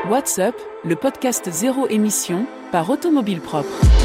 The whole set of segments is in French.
What's Up, le podcast zéro émission par Automobile Propre.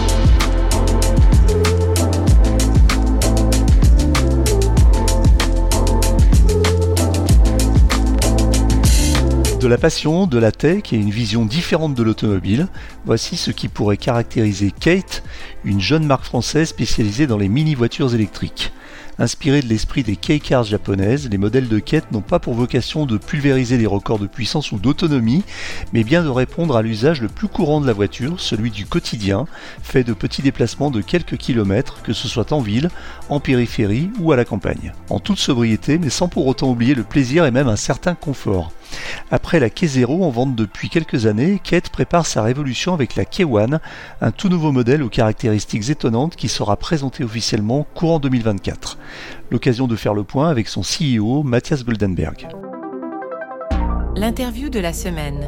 De la passion, de la tech et une vision différente de l'automobile, voici ce qui pourrait caractériser Kate, une jeune marque française spécialisée dans les mini-voitures électriques. Inspirés de l'esprit des K-cars japonaises, les modèles de Kate n'ont pas pour vocation de pulvériser les records de puissance ou d'autonomie, mais bien de répondre à l'usage le plus courant de la voiture, celui du quotidien, fait de petits déplacements de quelques kilomètres, que ce soit en ville, en périphérie ou à la campagne. En toute sobriété, mais sans pour autant oublier le plaisir et même un certain confort. Après la K0 en vente depuis quelques années, Kate prépare sa révolution avec la K1, un tout nouveau modèle aux caractéristiques étonnantes qui sera présenté officiellement courant 2024. L'occasion de faire le point avec son CEO, Matthias Goldenberg. L'interview de la semaine.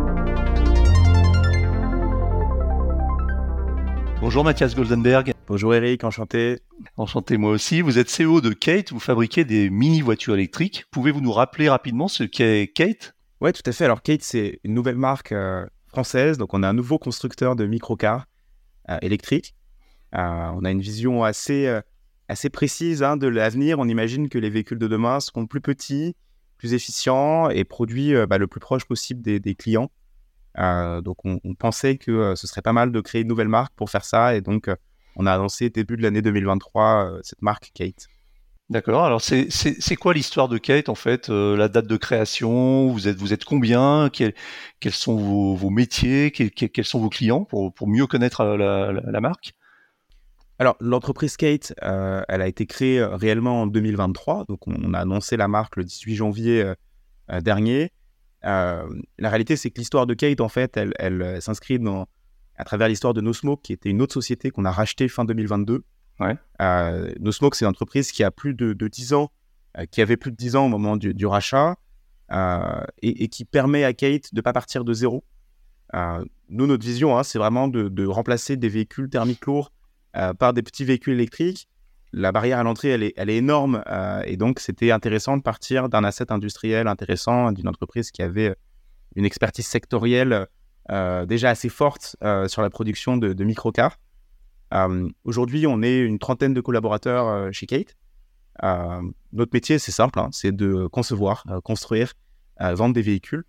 Bonjour Matthias Goldenberg. Bonjour Eric, enchanté. Enchanté moi aussi. Vous êtes CEO de Kate, vous fabriquez des mini-voitures électriques. Pouvez-vous nous rappeler rapidement ce qu'est Kate ? Oui, tout à fait. Alors Kate, c'est une nouvelle marque française. Donc on a un nouveau constructeur de microcars électriques. On a une vision assez précise de l'avenir. On imagine que les véhicules de demain seront plus petits, plus efficients et produits le plus proche possible des clients. Donc on pensait que ce serait pas mal de créer une nouvelle marque pour faire ça. Et donc on a annoncé début de l'année 2023 cette marque Kate. D'accord. Alors c'est quoi l'histoire de Kate en fait, la date de création, vous êtes combien, quels sont vos métiers, quels sont vos clients pour mieux connaître la marque? Alors l'entreprise Kate, elle a été créée réellement en 2023, donc on a annoncé la marque le 18 janvier dernier. La réalité c'est que l'histoire de Kate en fait, elle s'inscrit à travers l'histoire de NoSmoke, qui était une autre société qu'on a rachetée fin 2022. Ouais. NoSmoke, c'est une entreprise qui a plus de 10 ans, qui avait plus de 10 ans au moment du rachat, et qui permet à Kate de ne pas partir de zéro. Nous, notre vision, c'est vraiment de remplacer des véhicules thermiques lourds par des petits véhicules électriques. La barrière à l'entrée, elle est énorme, et donc c'était intéressant de partir d'un asset industriel intéressant, d'une entreprise qui avait une expertise sectorielle déjà assez forte sur la production de microcars. Aujourd'hui, on est une trentaine de collaborateurs chez Kate. Notre métier, c'est simple, c'est de concevoir, construire, vendre des véhicules.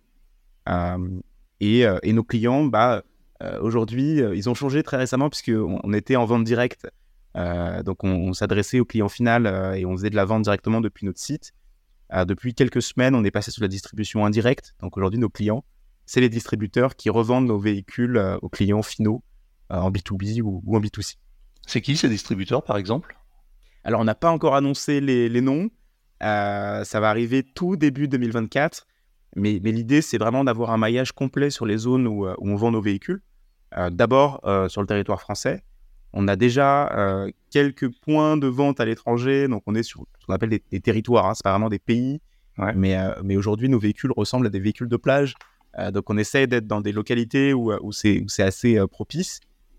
Et nos clients, aujourd'hui, ils ont changé très récemment puisqu'on était en vente directe. Donc, on s'adressait au client final et on faisait de la vente directement depuis notre site. Depuis quelques semaines, on est passé sur la distribution indirecte. Donc, aujourd'hui, nos clients, c'est les distributeurs qui revendent nos véhicules aux clients finaux en B2B ou en B2C. C'est qui ces distributeurs, par exemple ? Alors, on n'a pas encore annoncé les noms. Ça va arriver tout début 2024. Mais l'idée, c'est vraiment d'avoir un maillage complet sur les zones où on vend nos véhicules. D'abord, sur le territoire français. On a déjà quelques points de vente à l'étranger. Donc, on est sur ce qu'on appelle des territoires. C'est pas vraiment des pays. Ouais. Mais aujourd'hui, nos véhicules ressemblent à des véhicules de plage. Donc, on essaie d'être dans des localités où c'est assez propice.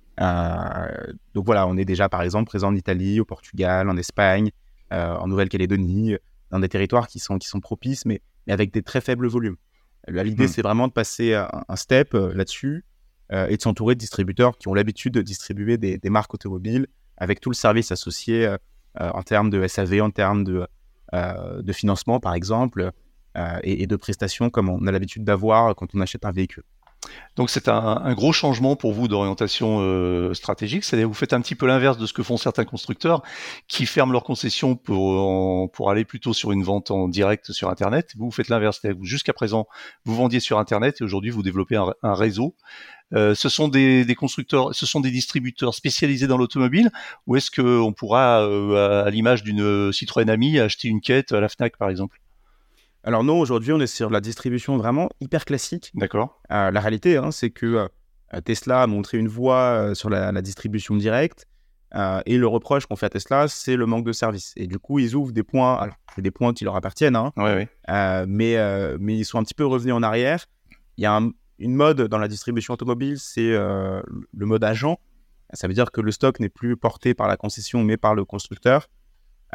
Donc, voilà, on est déjà, par exemple, présent en Italie, au Portugal, en Espagne, en Nouvelle-Calédonie, dans des territoires qui sont propices, mais avec des très faibles volumes. L'idée, c'est vraiment de passer un step là-dessus et de s'entourer de distributeurs qui ont l'habitude de distribuer des marques automobiles avec tout le service associé en termes de SAV, en termes de financement, par exemple, et de prestations comme on a l'habitude d'avoir quand on achète un véhicule. Donc c'est un gros changement pour vous d'orientation stratégique, c'est-à-dire vous faites un petit peu l'inverse de ce que font certains constructeurs qui ferment leurs concessions pour aller plutôt sur une vente en direct sur Internet. Vous faites l'inverse, c'est-à-dire que jusqu'à présent vous vendiez sur Internet et aujourd'hui vous développez un réseau. Ce sont des constructeurs, ce sont des distributeurs spécialisés dans l'automobile, ou est-ce qu'on pourra, à l'image d'une Citroën Ami, acheter une Kate à la Fnac par exemple ? Alors non, aujourd'hui, on est sur la distribution vraiment hyper classique. D'accord. La réalité, c'est que Tesla a montré une voie sur la distribution directe et le reproche qu'on fait à Tesla, c'est le manque de service. Et du coup, ils ouvrent des points, alors c'est des points qui leur appartiennent, Ouais. mais ils sont un petit peu revenus en arrière. Il y a une mode dans la distribution automobile, c'est le mode agent. Ça veut dire que le stock n'est plus porté par la concession, mais par le constructeur.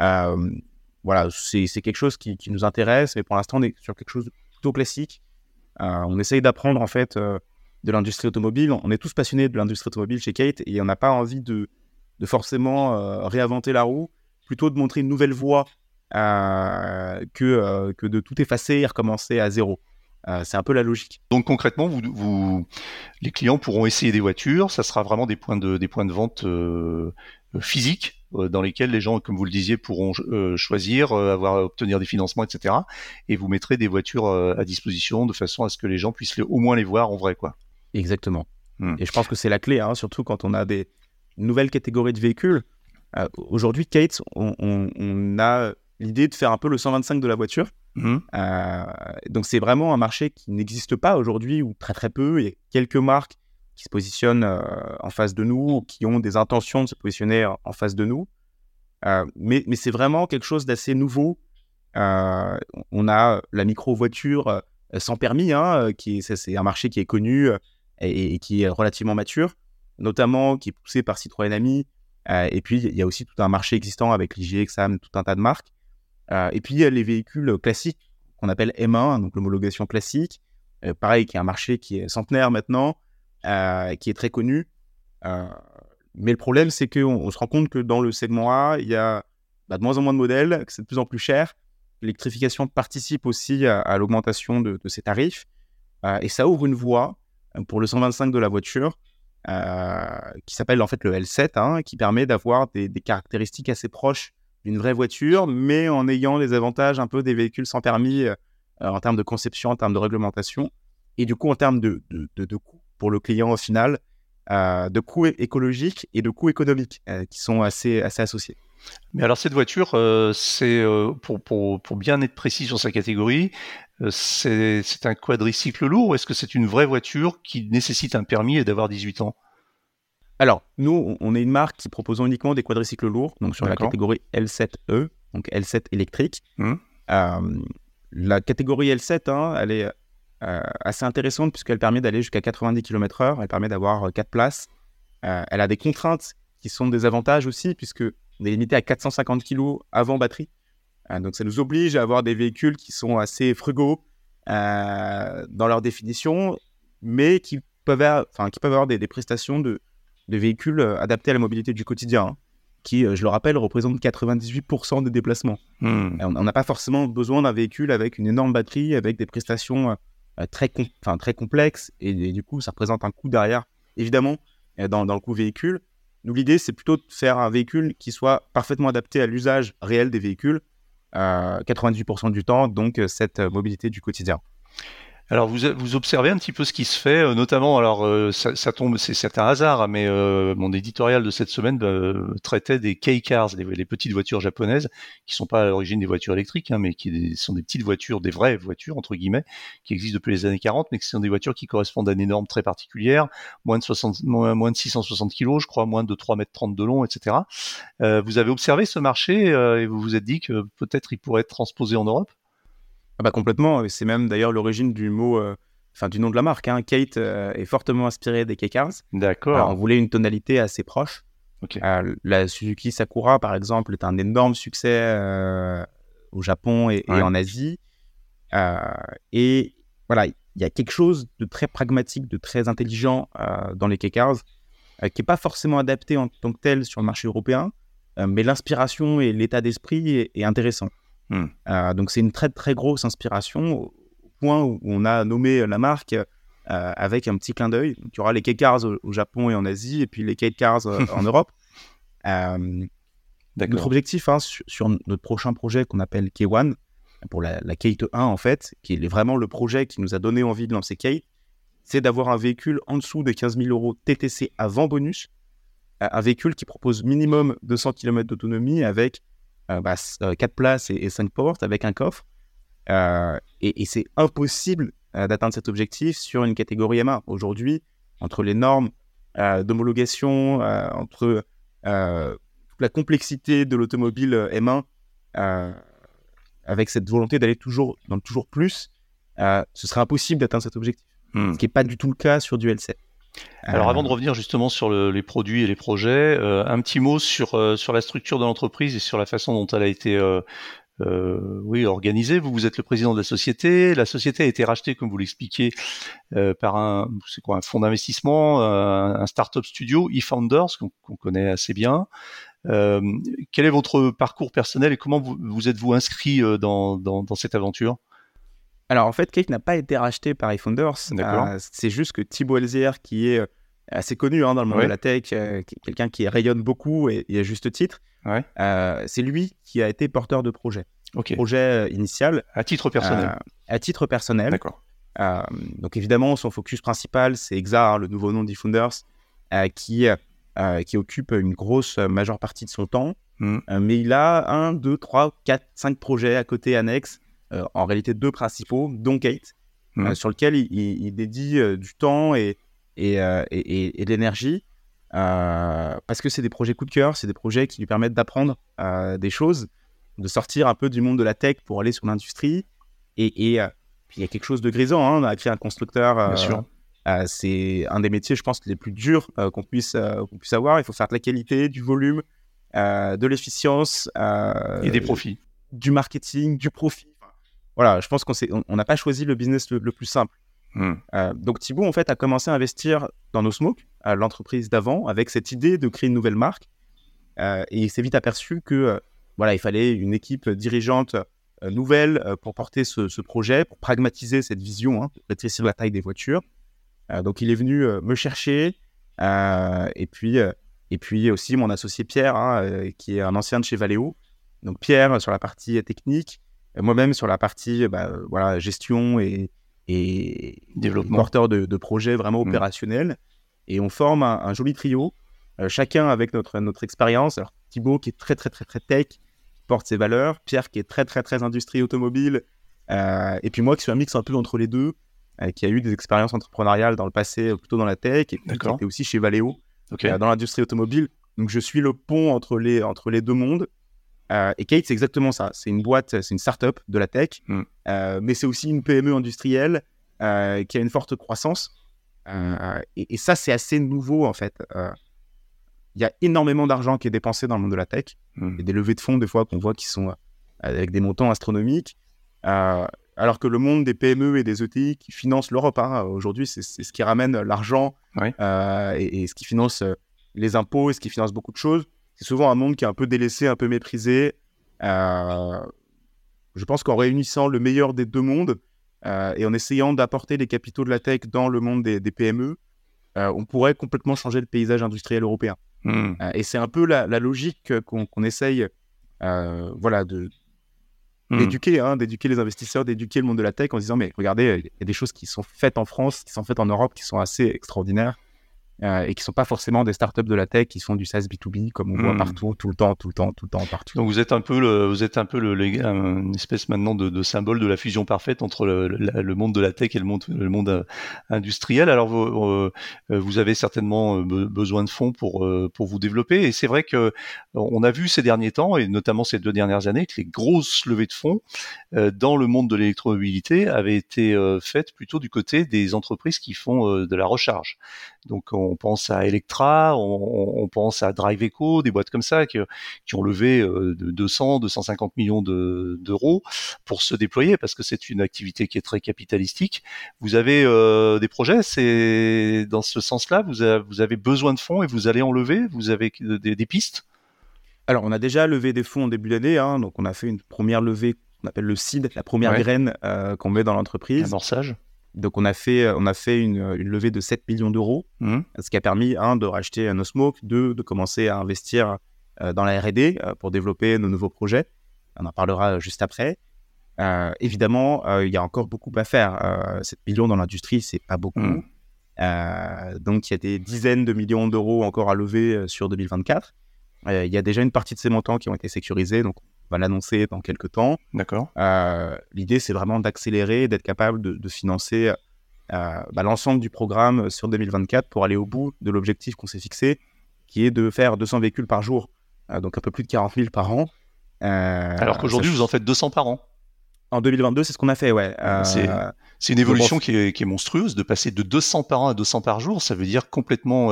Voilà, c'est quelque chose qui nous intéresse, mais pour l'instant, on est sur quelque chose de plutôt classique. On essaye d'apprendre en fait de l'industrie automobile. On est tous passionnés de l'industrie automobile chez Kate et on n'a pas envie de forcément réinventer la roue, plutôt de montrer une nouvelle voie que de tout effacer et recommencer à zéro. C'est un peu la logique. Donc concrètement, les clients pourront essayer des voitures, ça sera vraiment des points de vente physiques dans lesquels les gens, comme vous le disiez, pourront choisir, obtenir des financements, etc. Et vous mettrez des voitures à disposition de façon à ce que les gens puissent au moins les voir en vrai, quoi. Exactement. Et je pense que c'est la clé, surtout quand on a des nouvelles catégories de véhicules. Aujourd'hui, Kate, on a l'idée de faire un peu le 125 de la voiture. Donc c'est vraiment un marché qui n'existe pas aujourd'hui, ou très très peu. Il y a quelques marques qui se positionnent en face de nous, ou qui ont des intentions de se positionner en face de nous. Mais c'est vraiment quelque chose d'assez nouveau. On a la micro-voiture sans permis, c'est un marché qui est connu et qui est relativement mature, notamment qui est poussé par Citroën Ami. Et puis il y a aussi tout un marché existant avec Ligier, Xam, tout un tas de marques. Et puis il y a les véhicules classiques qu'on appelle M1, donc l'homologation classique, pareil, qui est un marché qui est centenaire maintenant, qui est très connu. Mais le problème, c'est qu'on se rend compte que dans le segment A, il y a de moins en moins de modèles, que c'est de plus en plus cher. L'électrification participe aussi à l'augmentation de ces tarifs. Et ça ouvre une voie pour le 125 de la voiture, qui s'appelle en fait le L7, qui permet d'avoir des caractéristiques assez proches d'une vraie voiture, mais en ayant les avantages un peu des véhicules sans permis en termes de conception, en termes de réglementation, et du coup en termes de coûts pour le client au final, de coûts écologiques et de coûts économiques qui sont assez associés. Mais alors cette voiture, c'est pour bien être précis sur sa catégorie, c'est un quadricycle lourd, ou est-ce que c'est une vraie voiture qui nécessite un permis et d'avoir 18 ans ? Alors, nous, on est une marque qui propose uniquement des quadricycles lourds, donc sur la catégorie L7E, donc L7 électrique. La catégorie L7, elle est assez intéressante puisqu'elle permet d'aller jusqu'à 90 km/h, elle permet d'avoir 4 places. Elle a des contraintes qui sont des avantages aussi, puisqu'on est limité à 450 kg avant batterie. Donc ça nous oblige à avoir des véhicules qui sont assez frugaux dans leur définition, mais qui peuvent avoir des prestations de véhicules adaptés à la mobilité du quotidien, qui, je le rappelle, représentent 98% des déplacements. On n'a pas forcément besoin d'un véhicule avec une énorme batterie, avec des prestations très complexes, et du coup, ça représente un coût derrière, évidemment, dans le coût véhicule. Nous, l'idée, c'est plutôt de faire un véhicule qui soit parfaitement adapté à l'usage réel des véhicules, 98% du temps, donc cette mobilité du quotidien. Alors vous observez un petit peu ce qui se fait, notamment, alors ça tombe, c'est un hasard, mais mon éditorial de cette semaine traitait des K-cars, les petites voitures japonaises, qui sont pas à l'origine des voitures électriques, mais qui sont des petites voitures, des vraies voitures entre guillemets, qui existent depuis les années 40, mais qui sont des voitures qui correspondent à des normes très particulières, moins de 660 kg, je crois, moins de 3,30 m de long, etc. Vous avez observé ce marché et vous vous êtes dit que peut-être il pourrait être transposé en Europe ? Complètement, c'est même d'ailleurs l'origine du mot, du nom de la marque. Kate est fortement inspiré des K-cars. D'accord. Alors, on voulait une tonalité assez proche. Okay. La Suzuki Sakura, par exemple, est un énorme succès au Japon et en Asie. Et voilà, il y a quelque chose de très pragmatique, de très intelligent dans les K-cars, qui n'est pas forcément adapté en tant que tel sur le marché européen, mais l'inspiration et l'état d'esprit est intéressant. Donc c'est une très très grosse inspiration, au point où on a nommé la marque avec un petit clin d'œil. Donc, il y aura les K-cars au Japon et en Asie, et puis les K-cars en Europe. Notre objectif sur notre prochain projet qu'on appelle K1, pour la Kate 1 en fait, qui est vraiment le projet qui nous a donné envie de lancer Kate, c'est d'avoir un véhicule en dessous de 15 000 € TTC avant bonus, un véhicule qui propose minimum 200 km d'autonomie avec 4 places et 5 portes avec un coffre. Et c'est impossible d'atteindre cet objectif sur une catégorie M1. Aujourd'hui, entre les normes d'homologation, entre toute la complexité de l'automobile M1, avec cette volonté d'aller toujours dans le toujours plus, ce serait impossible d'atteindre cet objectif. Ce qui n'est pas du tout le cas sur du L7. Alors avant de revenir justement sur les produits et les projets, un petit mot sur la structure de l'entreprise et sur la façon dont elle a été organisée. Vous êtes le président de la société. La société a été rachetée, comme vous l'expliquiez, par un fonds d'investissement, un start-up studio, eFounders, qu'on connaît assez bien. Quel est votre parcours personnel et comment vous êtes-vous inscrit dans cette aventure ? Alors en fait, Kate n'a pas été racheté par eFounders. C'est juste que Thibaut Elzière, qui est assez connu dans le monde de la tech, quelqu'un qui rayonne beaucoup et à juste titre, c'est lui qui a été porteur de projet. Projet initial. À titre personnel. À titre personnel. D'accord. Donc évidemment, son focus principal, c'est Exa, le nouveau nom d'eFounders, qui occupe une grosse majeure partie de son temps. Mais il a 1, 2, 3, 4, 5 projets à côté annexes, en réalité 2 principaux, dont Kate, sur lequel il dédie du temps et de l'énergie, parce que c'est des projets coup de cœur, c'est des projets qui lui permettent d'apprendre des choses, de sortir un peu du monde de la tech pour aller sur l'industrie. Et puis il y a quelque chose de grisant, on a créé un constructeur. Bien sûr. C'est un des métiers, je pense, les plus durs qu'on puisse avoir. Il faut faire de la qualité, du volume, de l'efficience. Et des profits. Du marketing, du profit. Voilà, je pense qu'on n'a pas choisi le business le plus simple. Donc Thibaut, en fait, a commencé à investir dans NoSmoke, l'entreprise d'avant, avec cette idée de créer une nouvelle marque. Et il s'est vite aperçu que il fallait une équipe dirigeante nouvelle pour porter ce projet, pour pragmatiser cette vision, de rétrécir la taille des voitures. Donc il est venu me chercher, et puis aussi mon associé Pierre, qui est un ancien de chez Valeo. Donc Pierre sur la partie technique, moi-même sur la partie gestion et développement, porteur de projets vraiment opérationnels. Et on forme un joli trio, chacun avec notre expérience. Alors Thibaut qui est très très très très tech, qui porte ses valeurs, Pierre qui est très très très industrie automobile, et puis moi qui suis un mix un peu entre les deux, qui a eu des expériences entrepreneuriales dans le passé, plutôt dans la tech, et puis qui était aussi chez Valeo, dans l'industrie automobile. Donc je suis le pont entre les deux mondes. Et Kate, c'est exactement ça. C'est une boîte, c'est une start-up de la tech, mais c'est aussi une PME industrielle qui a une forte croissance. Et ça, c'est assez nouveau, en fait. Il y a énormément d'argent qui est dépensé dans le monde de la tech. Il y a des levées de fonds, des fois, qu'on voit qui sont avec des montants astronomiques. Alors que le monde des PME et des ETI qui financent l'Europe, aujourd'hui, c'est ce qui ramène l'argent et ce qui finance les impôts et ce qui finance beaucoup de choses. C'est souvent un monde qui est un peu délaissé, un peu méprisé. Je pense qu'en réunissant le meilleur des deux mondes et en essayant d'apporter les capitaux de la tech dans le monde des PME, on pourrait complètement changer le paysage industriel européen. Et c'est un peu la logique qu'on essaye d'éduquer les investisseurs, d'éduquer le monde de la tech en disant mais regardez, il y a des choses qui sont faites en France, qui sont faites en Europe, qui sont assez extraordinaires. Et qui ne sont pas forcément des startups de la tech qui font du SaaS B2B comme on voit partout, tout le temps, partout. Donc vous êtes un peu une espèce maintenant de symbole de la fusion parfaite entre le monde de la tech et le monde industriel. Alors vous avez certainement besoin de fonds pour vous développer. Et c'est vrai que on a vu ces derniers temps, et notamment ces 2 dernières années, que les grosses levées de fonds dans le monde de l'électromobilité avaient été faites plutôt du côté des entreprises qui font de la recharge. Donc on pense à Electra, on pense à DriveEco, des boîtes comme ça qui ont levé de 250 millions d'euros pour se déployer parce que c'est une activité qui est très capitalistique. Vous avez des projets, c'est dans ce sens-là, vous avez besoin de fonds et vous allez en lever, vous avez des pistes? Alors on a déjà levé des fonds en début d'année, donc on a fait une première levée qu'on appelle le seed, la première graine qu'on met dans l'entreprise. Amorçage. Donc on a fait une levée de 7 millions d'euros, ce qui a permis de racheter NoSmoke, de commencer à investir dans la R&D pour développer nos nouveaux projets. On en parlera juste après. Évidemment, il y a encore beaucoup à faire. 7 millions dans l'industrie, c'est pas beaucoup. Donc il y a des dizaines de millions d'euros encore à lever sur 2024. Il y a déjà une partie de ces montants qui ont été sécurisés, donc on va l'annoncer dans quelques temps. D'accord. L'idée, c'est vraiment d'accélérer, d'être capable de financer l'ensemble du programme sur 2024 pour aller au bout de l'objectif qu'on s'est fixé, qui est de faire 200 véhicules par jour, donc un peu plus de 40 000 par an. Alors qu'aujourd'hui, vous en faites 200 par an. En 2022, c'est ce qu'on a fait, ouais. C'est une évolution qui est monstrueuse, de passer de 200 par an à 200 par jour. Ça veut dire complètement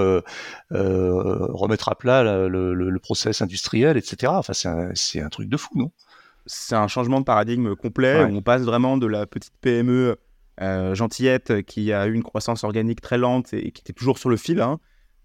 remettre à plat le process industriel, etc. Enfin, c'est un truc de fou, non? c'est un changement de paradigme complet. Ouais. On passe vraiment de la petite PME gentillette qui a eu une croissance organique très lente et qui était toujours sur le fil, hein,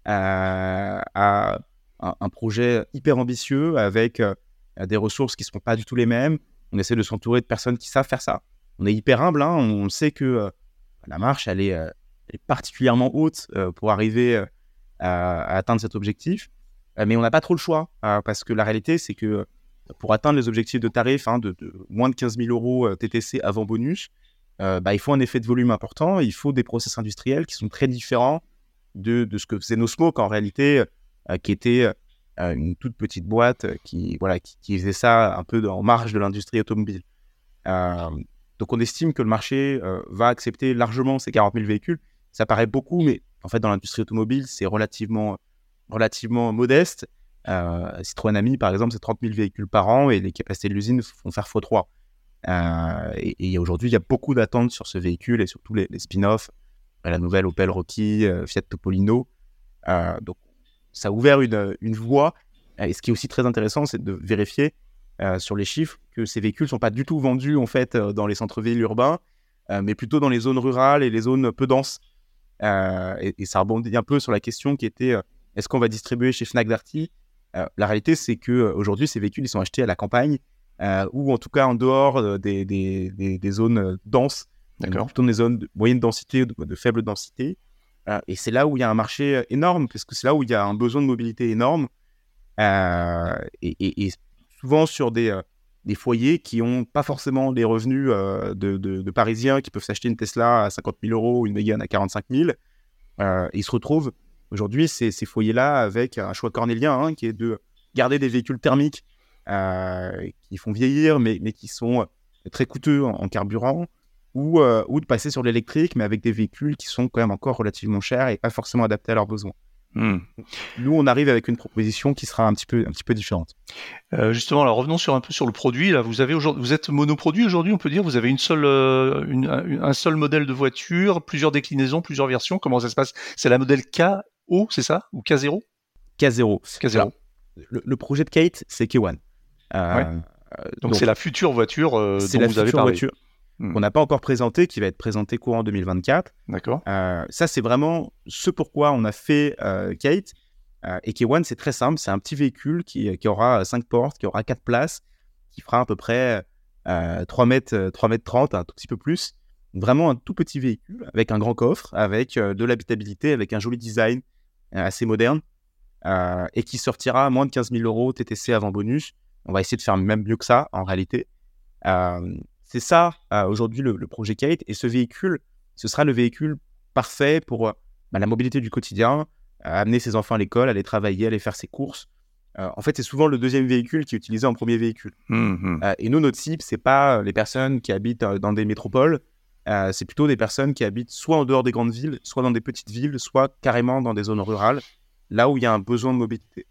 à un projet hyper ambitieux avec des ressources qui ne sont pas du tout les mêmes. On essaie de s'entourer de personnes qui savent faire ça. On est hyper humble, hein, on sait que la marche, elle est particulièrement haute pour arriver à atteindre cet objectif. Mais on n'a pas trop le choix, parce que la réalité, c'est que pour atteindre les objectifs de tarifs de moins de 15 000 euros TTC avant bonus, il faut un effet de volume important, il faut des process industriels qui sont très différents de ce que faisait NoSmoke en réalité, qui était une toute petite boîte qui faisait ça un peu en marge de l'industrie automobile. Donc on estime que le marché va accepter largement ces 40 000 véhicules. Ça paraît beaucoup, mais en fait dans l'industrie automobile, c'est relativement modeste. Citroën Ami, par exemple, c'est 30 000 véhicules par an et les capacités de l'usine font faire x3. Et aujourd'hui, il y a beaucoup d'attentes sur ce véhicule et surtout les spin-offs, la nouvelle Opel Rockie, Fiat Topolino. Donc, ça a ouvert une voie. Et ce qui est aussi très intéressant, c'est de vérifier sur les chiffres que ces véhicules ne sont pas du tout vendus en fait, dans les centres-villes urbains, mais plutôt dans les zones rurales et les zones peu denses. Et ça rebondit un peu sur la question qui était est-ce qu'on va distribuer chez Fnac Darty? La réalité, c'est qu'aujourd'hui, ces véhicules ils sont achetés à la campagne ou en tout cas en dehors des zones denses, plutôt des zones de moyenne densité ou de faible densité. Et c'est là où il y a un marché énorme, parce que c'est là où il y a un besoin de mobilité énorme. Et souvent sur des foyers qui n'ont pas forcément les revenus de Parisiens qui peuvent s'acheter une Tesla à 50 000 euros ou une Mégane à 45 000. Ils se retrouvent aujourd'hui, ces foyers-là, avec un choix cornélien qui est de garder des véhicules thermiques qui font vieillir, mais qui sont très coûteux en carburant, ou de passer sur l'électrique, mais avec des véhicules qui sont quand même encore relativement chers et pas forcément adaptés à leurs besoins. Nous, on arrive avec une proposition qui sera un petit peu différente. Justement, alors revenons un peu sur le produit. Là, vous êtes monoproduit aujourd'hui, on peut dire. Vous avez un seul modèle de voiture, plusieurs déclinaisons, plusieurs versions. Comment ça se passe? C'est la modèle KO, c'est ça? Ou K0? K0. Alors, le projet de Kate, c'est K1. Donc c'est la future voiture dont vous avez parlé. Voiture qu'on n'a pas encore présentée, qui va être présentée courant 2024. D'accord. Ça, c'est vraiment ce pourquoi on a fait Kate. Et K1, c'est très simple. C'est un petit véhicule qui aura 5 portes, qui aura 4 places, qui fera à peu près 3 mètres 30, un tout petit peu plus. Vraiment un tout petit véhicule avec un grand coffre, avec de l'habitabilité, avec un joli design assez moderne et qui sortira à moins de 15 000 euros TTC avant bonus. On va essayer de faire même mieux que ça en réalité. C'est ça aujourd'hui le projet Kate, et ce véhicule, ce sera le véhicule parfait pour la mobilité du quotidien, amener ses enfants à l'école, aller travailler, aller faire ses courses. En fait, c'est souvent le deuxième véhicule qui est utilisé en premier véhicule. Et nous, notre cible, c'est pas les personnes qui habitent dans des métropoles, c'est plutôt des personnes qui habitent soit en dehors des grandes villes, soit dans des petites villes, soit carrément dans des zones rurales, là où il y a un besoin de mobilité.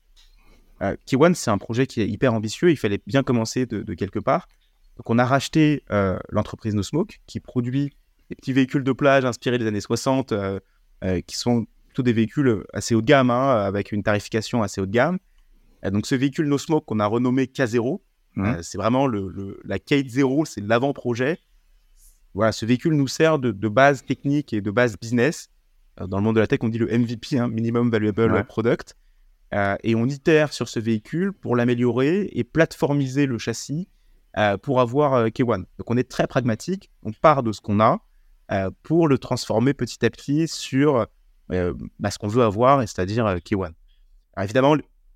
K1, c'est un projet qui est hyper ambitieux, il fallait bien commencer de quelque part. Donc on a racheté l'entreprise NoSmoke, qui produit des petits véhicules de plage inspirés des années 60, qui sont plutôt des véhicules assez haut de gamme, avec une tarification assez haut de gamme. Donc ce véhicule NoSmoke qu'on a renommé K0, c'est vraiment la Kate 0, c'est l'avant-projet. Voilà, ce véhicule nous sert de base technique et de base business. Dans le monde de la tech, on dit le MVP, Minimum Valuable Product. Et on itère sur ce véhicule pour l'améliorer et plateformiser le châssis pour avoir K1. Donc on est très pragmatique, on part de ce qu'on a pour le transformer petit à petit sur ce qu'on veut avoir, c'est-à-dire K1. Alors évidemment,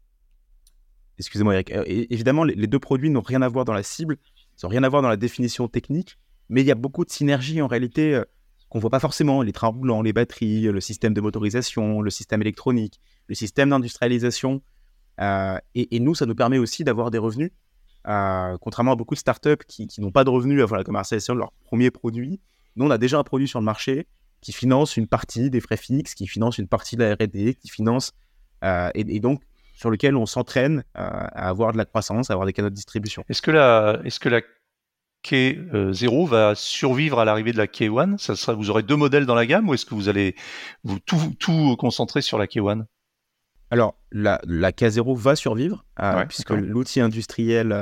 excusez-moi Eric, évidemment les deux produits n'ont rien à voir dans la cible, ils n'ont rien à voir dans la définition technique, mais il y a beaucoup de synergies en réalité qu'on ne voit pas forcément. Les trains roulants, les batteries, le système de motorisation, le système électronique, le système d'industrialisation. Et nous, ça nous permet aussi d'avoir des revenus. Contrairement à beaucoup de startups qui n'ont pas de revenus avant la commercialisation de leur premier produit, nous, on a déjà un produit sur le marché qui finance une partie des frais fixes, qui finance une partie de la R&D, qui finance, et donc sur lequel on s'entraîne à avoir de la croissance, à avoir des canaux de distribution. Est-ce que la K0 va survivre à l'arrivée de la K1? Vous aurez deux modèles dans la gamme, ou est-ce que vous allez tout concentrer sur la K1? Alors, la K0 va survivre, puisque l'outil industriel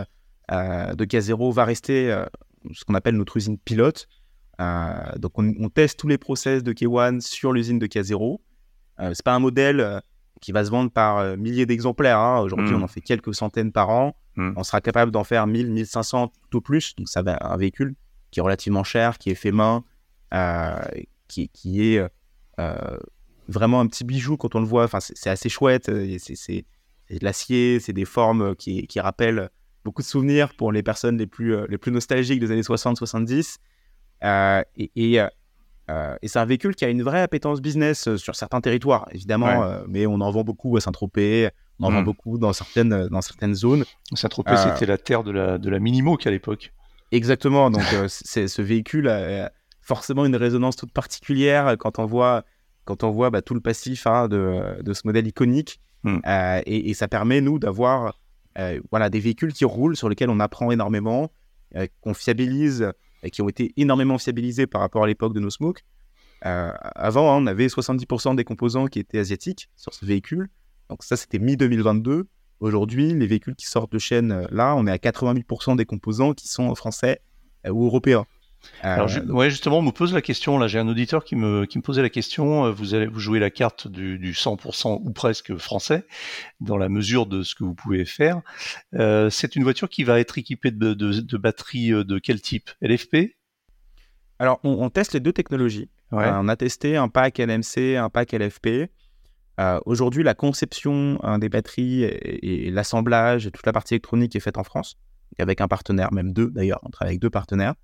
de K0 va rester ce qu'on appelle notre usine pilote. Donc, on teste tous les process de K1 sur l'usine de K0. C'est pas un modèle qui va se vendre par milliers d'exemplaires. Aujourd'hui, on en fait quelques centaines par an. On sera capable d'en faire 1000, 1500, tout au plus. Donc, ça va un véhicule qui est relativement cher, qui est fait main, qui est vraiment un petit bijou quand on le voit. Enfin, c'est assez chouette. C'est de l'acier, c'est des formes qui rappellent beaucoup de souvenirs pour les personnes les plus nostalgiques des années 60-70. Et c'est un véhicule qui a une vraie appétence business sur certains territoires, évidemment, mais on en vend beaucoup à Saint-Tropez, on en vend beaucoup dans certaines zones. Saint-Tropez, c'était la terre de la Minimoque à l'époque. Exactement, donc ce véhicule a forcément une résonance toute particulière quand on voit tout le passif de ce modèle iconique. Et ça permet, nous, d'avoir des véhicules qui roulent, sur lesquels on apprend énormément, qu'on fiabilise, qui ont été énormément fiabilisés par rapport à l'époque de nos smokes. Avant, on avait 70% des composants qui étaient asiatiques sur ce véhicule. Donc ça, c'était mi-2022. Aujourd'hui, les véhicules qui sortent de chaîne, là, on est à 88% des composants qui sont français ou européens. Alors, justement, on me pose la question, là, j'ai un auditeur qui me posait la question, vous jouez la carte du 100% ou presque français, dans la mesure de ce que vous pouvez faire. C'est une voiture qui va être équipée de batteries de quel type ? LFP ? Alors, on teste les deux technologies. On a testé un pack LMC, un pack LFP. Aujourd'hui, la conception des batteries et l'assemblage et toute la partie électronique est faite en France, avec un partenaire, même deux d'ailleurs, on travaille avec deux partenaires.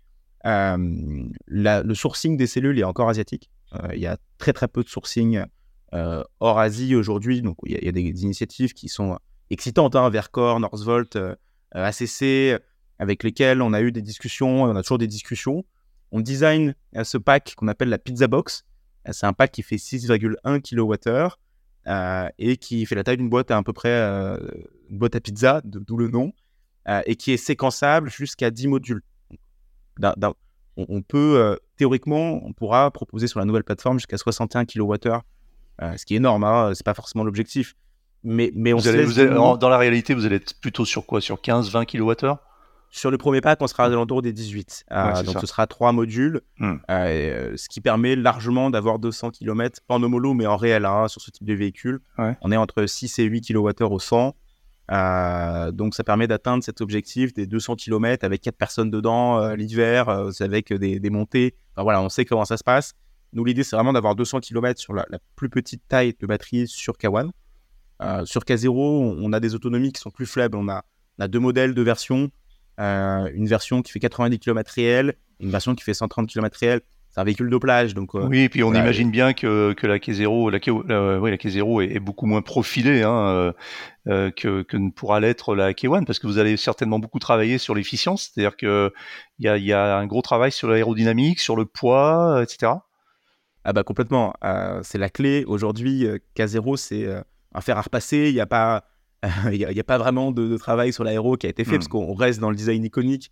Le sourcing des cellules est encore asiatique. Il y a très très peu de sourcing hors Asie aujourd'hui. Donc il y a des initiatives qui sont excitantes, Vercor, Northvolt, ACC, avec lesquelles on a eu des discussions, on a toujours des discussions. On design ce pack qu'on appelle la Pizza Box. C'est un pack qui fait 6,1 kWh et qui fait la taille d'une boîte à peu près une boîte à pizza, d'où le nom, et qui est séquençable jusqu'à 10 modules. On peut, théoriquement, on pourra proposer sur la nouvelle plateforme jusqu'à 61 kWh, ce qui est énorme, c'est pas forcément l'objectif. Mais dans la réalité, vous allez être plutôt sur quoi ? Sur 15-20 kWh ? Sur le premier pack, on sera à l'entour des 18. Donc ce sera 3 modules, ce qui permet largement d'avoir 200 km, pas en homolo, mais en réel, sur ce type de véhicule. On est entre 6 et 8 kWh au 100. Donc ça permet d'atteindre cet objectif des 200 km avec 4 personnes dedans l'hiver, avec des montées. On sait comment ça se passe. Nous, l'idée, c'est vraiment d'avoir 200 km sur la plus petite taille de batterie sur K1. Sur K0, on a des autonomies qui sont plus faibles. On a deux modèles de versions. Une version qui fait 90 km réel, une version qui fait 130 km réel. C'est un véhicule de plage, donc oui, et puis on imagine bien que la K0, la K0 est beaucoup moins profilée que ne pourra l'être la K1, parce que vous allez certainement beaucoup travailler sur l'efficience, c'est-à-dire que il y a un gros travail sur l'aérodynamique, sur le poids, etc. Complètement. C'est la clé aujourd'hui. K0, c'est un fer à repasser. Il y a pas vraiment de travail sur l'aéro qui a été fait parce qu'on reste dans le design iconique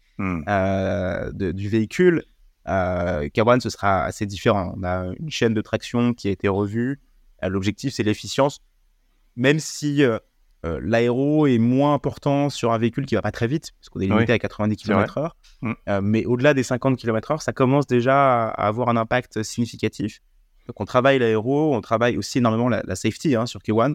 du véhicule. K1, ce sera assez différent. On a une chaîne de traction qui a été revue. L'objectif, c'est l'efficience. Même si l'aéro est moins important sur un véhicule qui ne va pas très vite, parce qu'on est limité à 90 km/h. Mais au-delà des 50 km/h, ça commence déjà à avoir un impact significatif. Donc, on travaille l'aéro, on travaille aussi énormément la safety sur K1.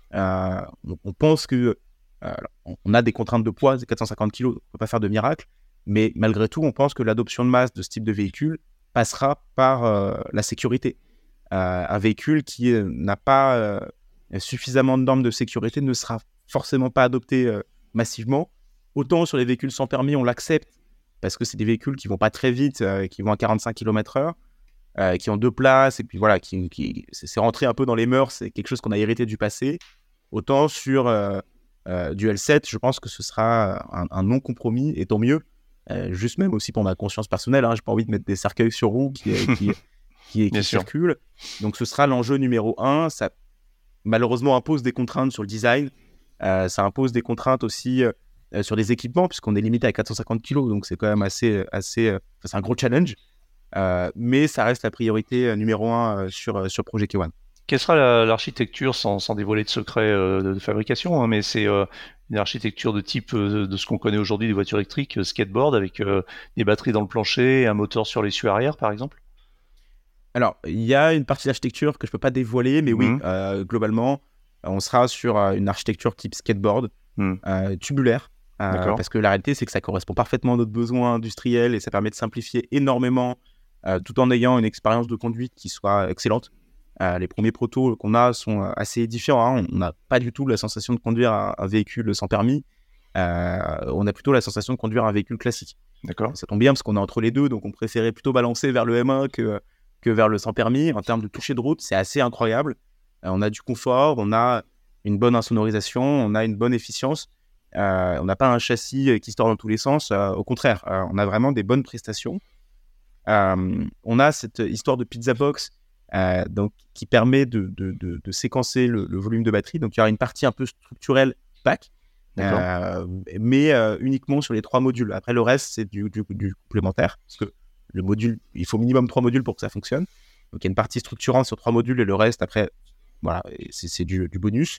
On pense que on a des contraintes de poids, 450 kg, on ne peut pas faire de miracle, mais malgré tout, on pense que l'adoption de masse de ce type de véhicule passera par la sécurité. Un véhicule qui n'a pas suffisamment de normes de sécurité ne sera forcément pas adopté massivement. Autant sur les véhicules sans permis, on l'accepte parce que c'est des véhicules qui ne vont pas très vite, qui vont à 45 km/h. Qui ont deux places, et puis voilà, c'est rentré un peu dans les mœurs, c'est quelque chose qu'on a hérité du passé. Autant sur du L7, je pense que ce sera un non-compromis, et tant mieux. Juste même aussi pour ma conscience personnelle, j'ai pas envie de mettre des cercueils sur roues qui circulent. Donc ce sera l'enjeu numéro 1. Ça malheureusement impose des contraintes sur le design, ça impose des contraintes aussi sur les équipements, puisqu'on est limité à 450 kg, donc c'est quand même c'est un gros challenge. Mais ça reste la priorité numéro 1 sur Projet K1. Quelle sera l'architecture, sans dévoiler de secret de fabrication, hein, mais c'est une architecture de type de ce qu'on connaît aujourd'hui des voitures électriques, skateboard, avec des batteries dans le plancher et un moteur sur l'essieu arrière, par exemple? Alors, il y a une partie d'architecture que je peux pas dévoiler, mais oui, globalement, on sera sur une architecture type skateboard, tubulaire, parce que la réalité, c'est que ça correspond parfaitement à notre besoin industriel et ça permet de simplifier énormément, tout en ayant une expérience de conduite qui soit excellente. Les premiers protos qu'on a sont assez différents, hein. On n'a pas du tout la sensation de conduire un véhicule sans permis. On a plutôt la sensation de conduire un véhicule classique. D'accord. Ça tombe bien parce qu'on est entre les deux, donc on préférait plutôt balancer vers le M1 que vers le sans permis. En termes de toucher de route, c'est assez incroyable. On a du confort, on a une bonne insonorisation, on a une bonne efficience. On n'a pas un châssis qui se tord dans tous les sens. Au contraire, on a vraiment des bonnes prestations. On a cette histoire de pizza box donc, qui permet de séquencer le volume de batterie. Donc, il y aura une partie un peu structurelle pack, mais uniquement sur les 3 modules. Après, le reste, c'est du complémentaire, parce que le module, il faut minimum 3 modules pour que ça fonctionne. Donc, il y a une partie structurante sur 3 modules et le reste, après, voilà, c'est du bonus.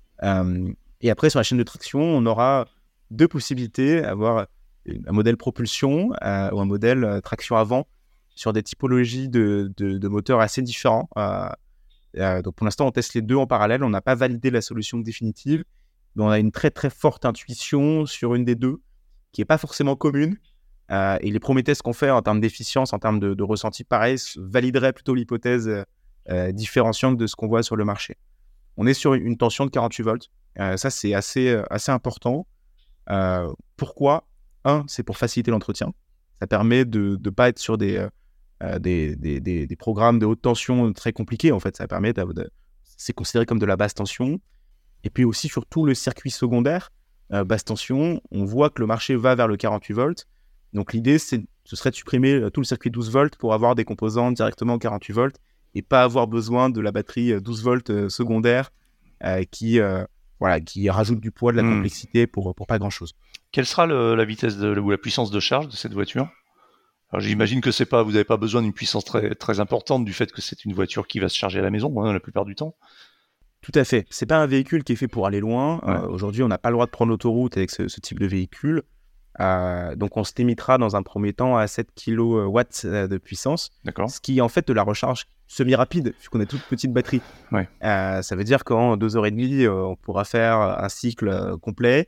Et après, sur la chaîne de traction, on aura 2 possibilités, avoir un modèle propulsion ou un modèle traction avant sur des typologies de moteurs assez différents. Donc, pour l'instant, on teste les deux en parallèle. On n'a pas validé la solution définitive, mais on a une très, très forte intuition sur une des deux qui n'est pas forcément commune. Et les premiers tests qu'on fait en termes d'efficience, en termes de ressenti, pareil, valideraient plutôt l'hypothèse différenciante de ce qu'on voit sur le marché. On est sur une tension de 48 volts. Ça, c'est assez important. Pourquoi ? C'est pour faciliter l'entretien. Ça permet de ne pas être sur des programmes de haute tension très compliqués. En fait, ça permet c'est considéré comme de la basse tension. Et puis aussi, sur tout le circuit secondaire, basse tension, on voit que le marché va vers le 48 volts. Donc, l'idée, ce serait de supprimer tout le circuit 12 volts pour avoir des composants directement 48 volts et pas avoir besoin de la batterie 12 volts secondaire qui rajoute du poids, de la complexité pour pas grand-chose. Quelle sera la vitesse ou la puissance de charge de cette voiture ? Alors, j'imagine que vous n'avez pas besoin d'une puissance très, très importante du fait que c'est une voiture qui va se charger à la maison, la plupart du temps. Tout à fait. C'est pas un véhicule qui est fait pour aller loin. Ouais. Aujourd'hui, on n'a pas le droit de prendre l'autoroute avec ce type de véhicule. Donc, on se limitera dans un premier temps à 7 kW de puissance. D'accord. Ce qui est en fait de la recharge semi-rapide, puisqu'on a toute petite batterie. Ouais. Ça veut dire qu'en 2h30, on pourra faire un cycle complet.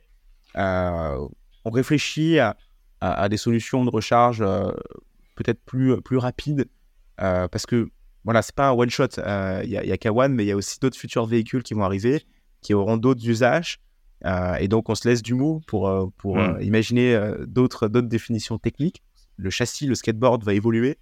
On réfléchit à des solutions de recharge peut-être plus rapides, parce que voilà, c'est pas un one-shot. Il y a K1, mais il y a aussi d'autres futurs véhicules qui vont arriver, qui auront d'autres usages. Et donc, on se laisse du mou pour imaginer d'autres définitions techniques. Le châssis, le skateboard va évoluer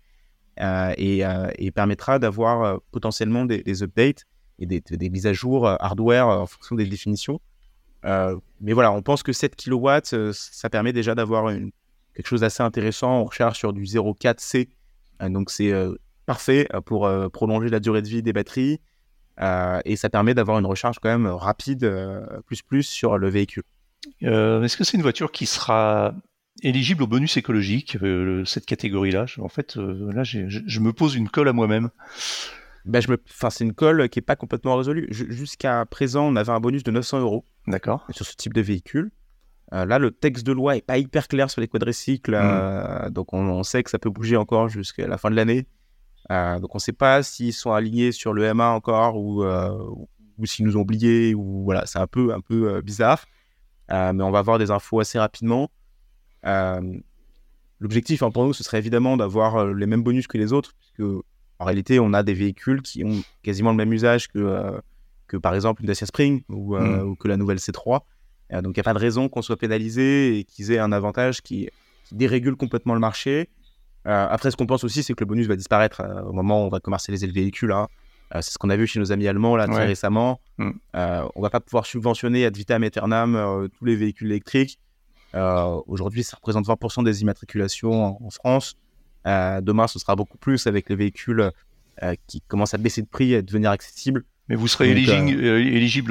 et permettra d'avoir potentiellement des updates et des mises à jour hardware en fonction des définitions. Mais voilà, on pense que 7 kW, ça permet déjà d'avoir quelque chose d'assez intéressant. On recherche sur du 0,4C. Donc, c'est parfait pour prolonger la durée de vie des batteries. Et ça permet d'avoir une recharge quand même rapide, plus sur le véhicule. Est-ce que c'est une voiture qui sera éligible au bonus écologique, cette catégorie-là ? En fait, là, je me pose une colle à moi-même. C'est une colle qui n'est pas complètement résolue. Jusqu'à présent, on avait un bonus de 900 €. D'accord. Sur ce type de véhicule. Là, le texte de loi n'est pas hyper clair sur les quadricycles. Donc, on sait que ça peut bouger encore jusqu'à la fin de l'année. Donc, on ne sait pas s'ils sont alignés sur le M1 encore ou s'ils nous ont oubliés. Voilà, c'est un peu bizarre. Mais on va avoir des infos assez rapidement. L'objectif pour nous, ce serait évidemment d'avoir les mêmes bonus que les autres, puisque en réalité, on a des véhicules qui ont quasiment le même usage que par exemple une Dacia Spring ou que la nouvelle C3. Donc, il n'y a pas de raison qu'on soit pénalisé et qu'ils aient un avantage qui dérégule complètement le marché. Après, ce qu'on pense aussi, c'est que le bonus va disparaître au moment où on va commercialiser le véhicule. C'est ce qu'on a vu chez nos amis allemands très récemment. On ne va pas pouvoir subventionner ad vitam aeternam tous les véhicules électriques. Aujourd'hui, ça représente 20% des immatriculations en France. Demain, ce sera beaucoup plus avec les véhicules qui commencent à baisser de prix et à devenir accessibles. Mais vous serez éligible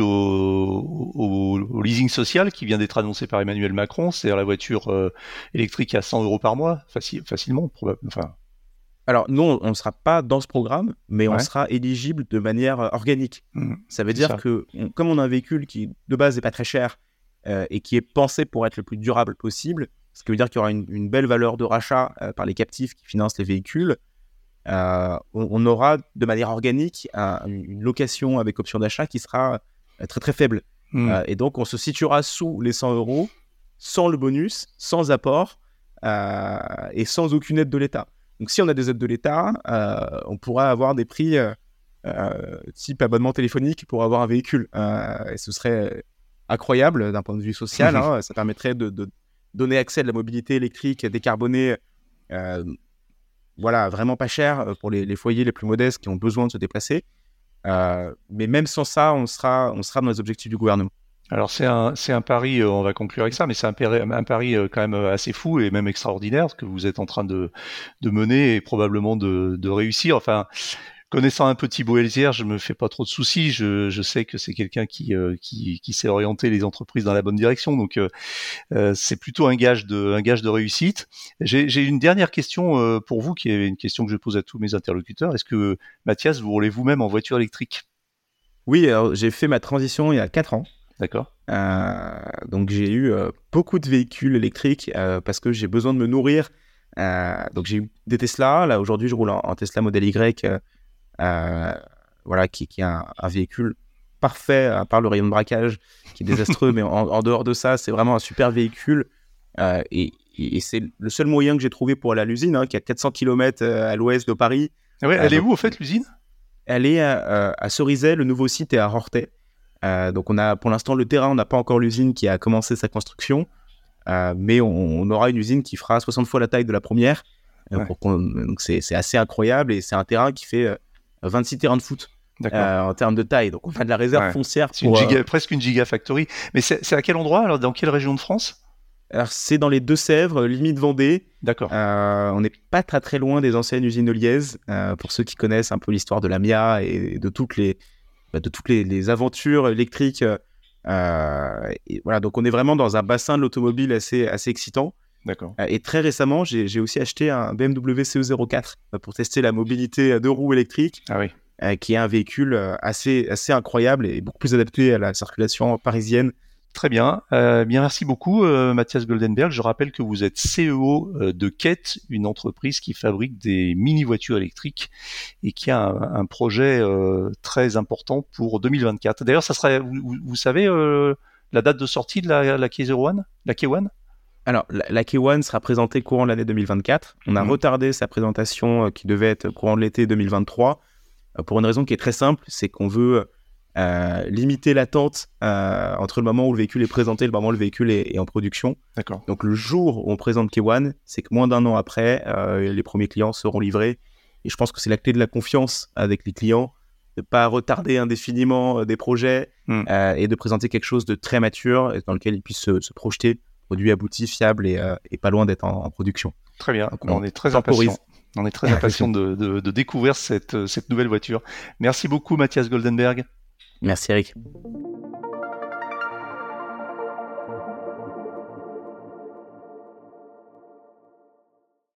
au leasing social qui vient d'être annoncé par Emmanuel Macron, c'est-à-dire la voiture électrique à 100 € par mois, facilement, probablement. Enfin... Alors, non, on ne sera pas dans ce programme, mais on Ouais. sera éligible de manière organique. Ça veut C'est dire ça. que, comme on a un véhicule qui, de base, n'est pas très cher et qui est pensé pour être le plus durable possible, ce qui veut dire qu'il y aura une belle valeur de rachat par les captifs qui financent les véhicules, on aura de manière organique une location avec option d'achat qui sera très très faible. Et donc, on se situera sous les 100 euros, sans le bonus, sans apport et sans aucune aide de l'État. Donc, si on a des aides de l'État, on pourra avoir des prix type abonnement téléphonique pour avoir un véhicule. Et ce serait incroyable d'un point de vue social. Ça permettrait de donner accès à de la mobilité électrique décarbonée, vraiment pas cher pour les foyers les plus modestes qui ont besoin de se déplacer. Mais même sans ça, on sera dans les objectifs du gouvernement. Alors c'est un pari, on va conclure avec ça, mais c'est un pari quand même assez fou et même extraordinaire que vous êtes en train de mener et probablement de réussir. Enfin, connaissant un peu Thibaut Elzière, je me fais pas trop de soucis. Je sais que c'est quelqu'un qui sait orienter les entreprises dans la bonne direction. Donc c'est plutôt un gage de réussite. J'ai une dernière question pour vous, qui est une question que je pose à tous mes interlocuteurs. Est-ce que Mathias, vous roulez vous-même en voiture électrique ? Oui, alors, j'ai fait ma transition il y a 4 ans. D'accord. Donc j'ai eu beaucoup de véhicules électriques parce que j'ai besoin de me nourrir. Donc j'ai eu des Tesla. Là aujourd'hui, je roule en Tesla Model Y, qui est un véhicule parfait, à part le rayon de braquage qui est désastreux, mais en dehors de ça, c'est vraiment un super véhicule. Et c'est le seul moyen que j'ai trouvé pour aller à l'usine, qui est à 400 km à l'ouest de Paris. Ah ouais, elle est où au fait, l'usine ? Elle est à Cerizay, le nouveau site est à Rorthais. Donc on a pour l'instant le terrain, on n'a pas encore l'usine qui a commencé sa construction, mais on aura une usine qui fera 60 fois la taille de la première. Ouais. Donc c'est assez incroyable et c'est un terrain qui fait 26 terrains de foot en termes de taille. Donc on a de la réserve foncière. C'est presque une gigafactory. Mais c'est à quel endroit alors ? Dans quelle région de France ? Alors c'est dans les Deux-Sèvres, limite Vendée. D'accord. On n'est pas très très loin des anciennes usines de Liège. Pour ceux qui connaissent un peu l'histoire de l'Amias et de toutes les aventures électriques. Et voilà, donc on est vraiment dans un bassin de l'automobile assez excitant. D'accord. Et très récemment, j'ai aussi acheté un BMW CE04 pour tester la mobilité à 2 roues électriques, qui est un véhicule assez incroyable et beaucoup plus adapté à la circulation parisienne. Très bien. Bien, merci beaucoup, Mathias Goldenberg. Je rappelle que vous êtes CEO de Kate, une entreprise qui fabrique des mini-voitures électriques et qui a un projet très important pour 2024. D'ailleurs, ça serait, vous savez, la date de sortie de la K01 ? La K1 ? Alors, la K1 sera présentée courant de l'année 2024. On a retardé sa présentation qui devait être courant de l'été 2023 pour une raison qui est très simple, c'est qu'on veut limiter l'attente entre le moment où le véhicule est présenté et le moment où le véhicule est en production. D'accord. Donc le jour où on présente K1, c'est que moins d'un an après, les premiers clients seront livrés. Et je pense que c'est la clé de la confiance avec les clients, de ne pas retarder indéfiniment des projets et de présenter quelque chose de très mature dans lequel ils puissent se projeter, produit abouti, fiable et pas loin d'être en production. Très bien, donc, on est très impatients. On est très impatients de découvrir cette nouvelle voiture. Merci beaucoup Mathias Goldenberg. Merci Eric.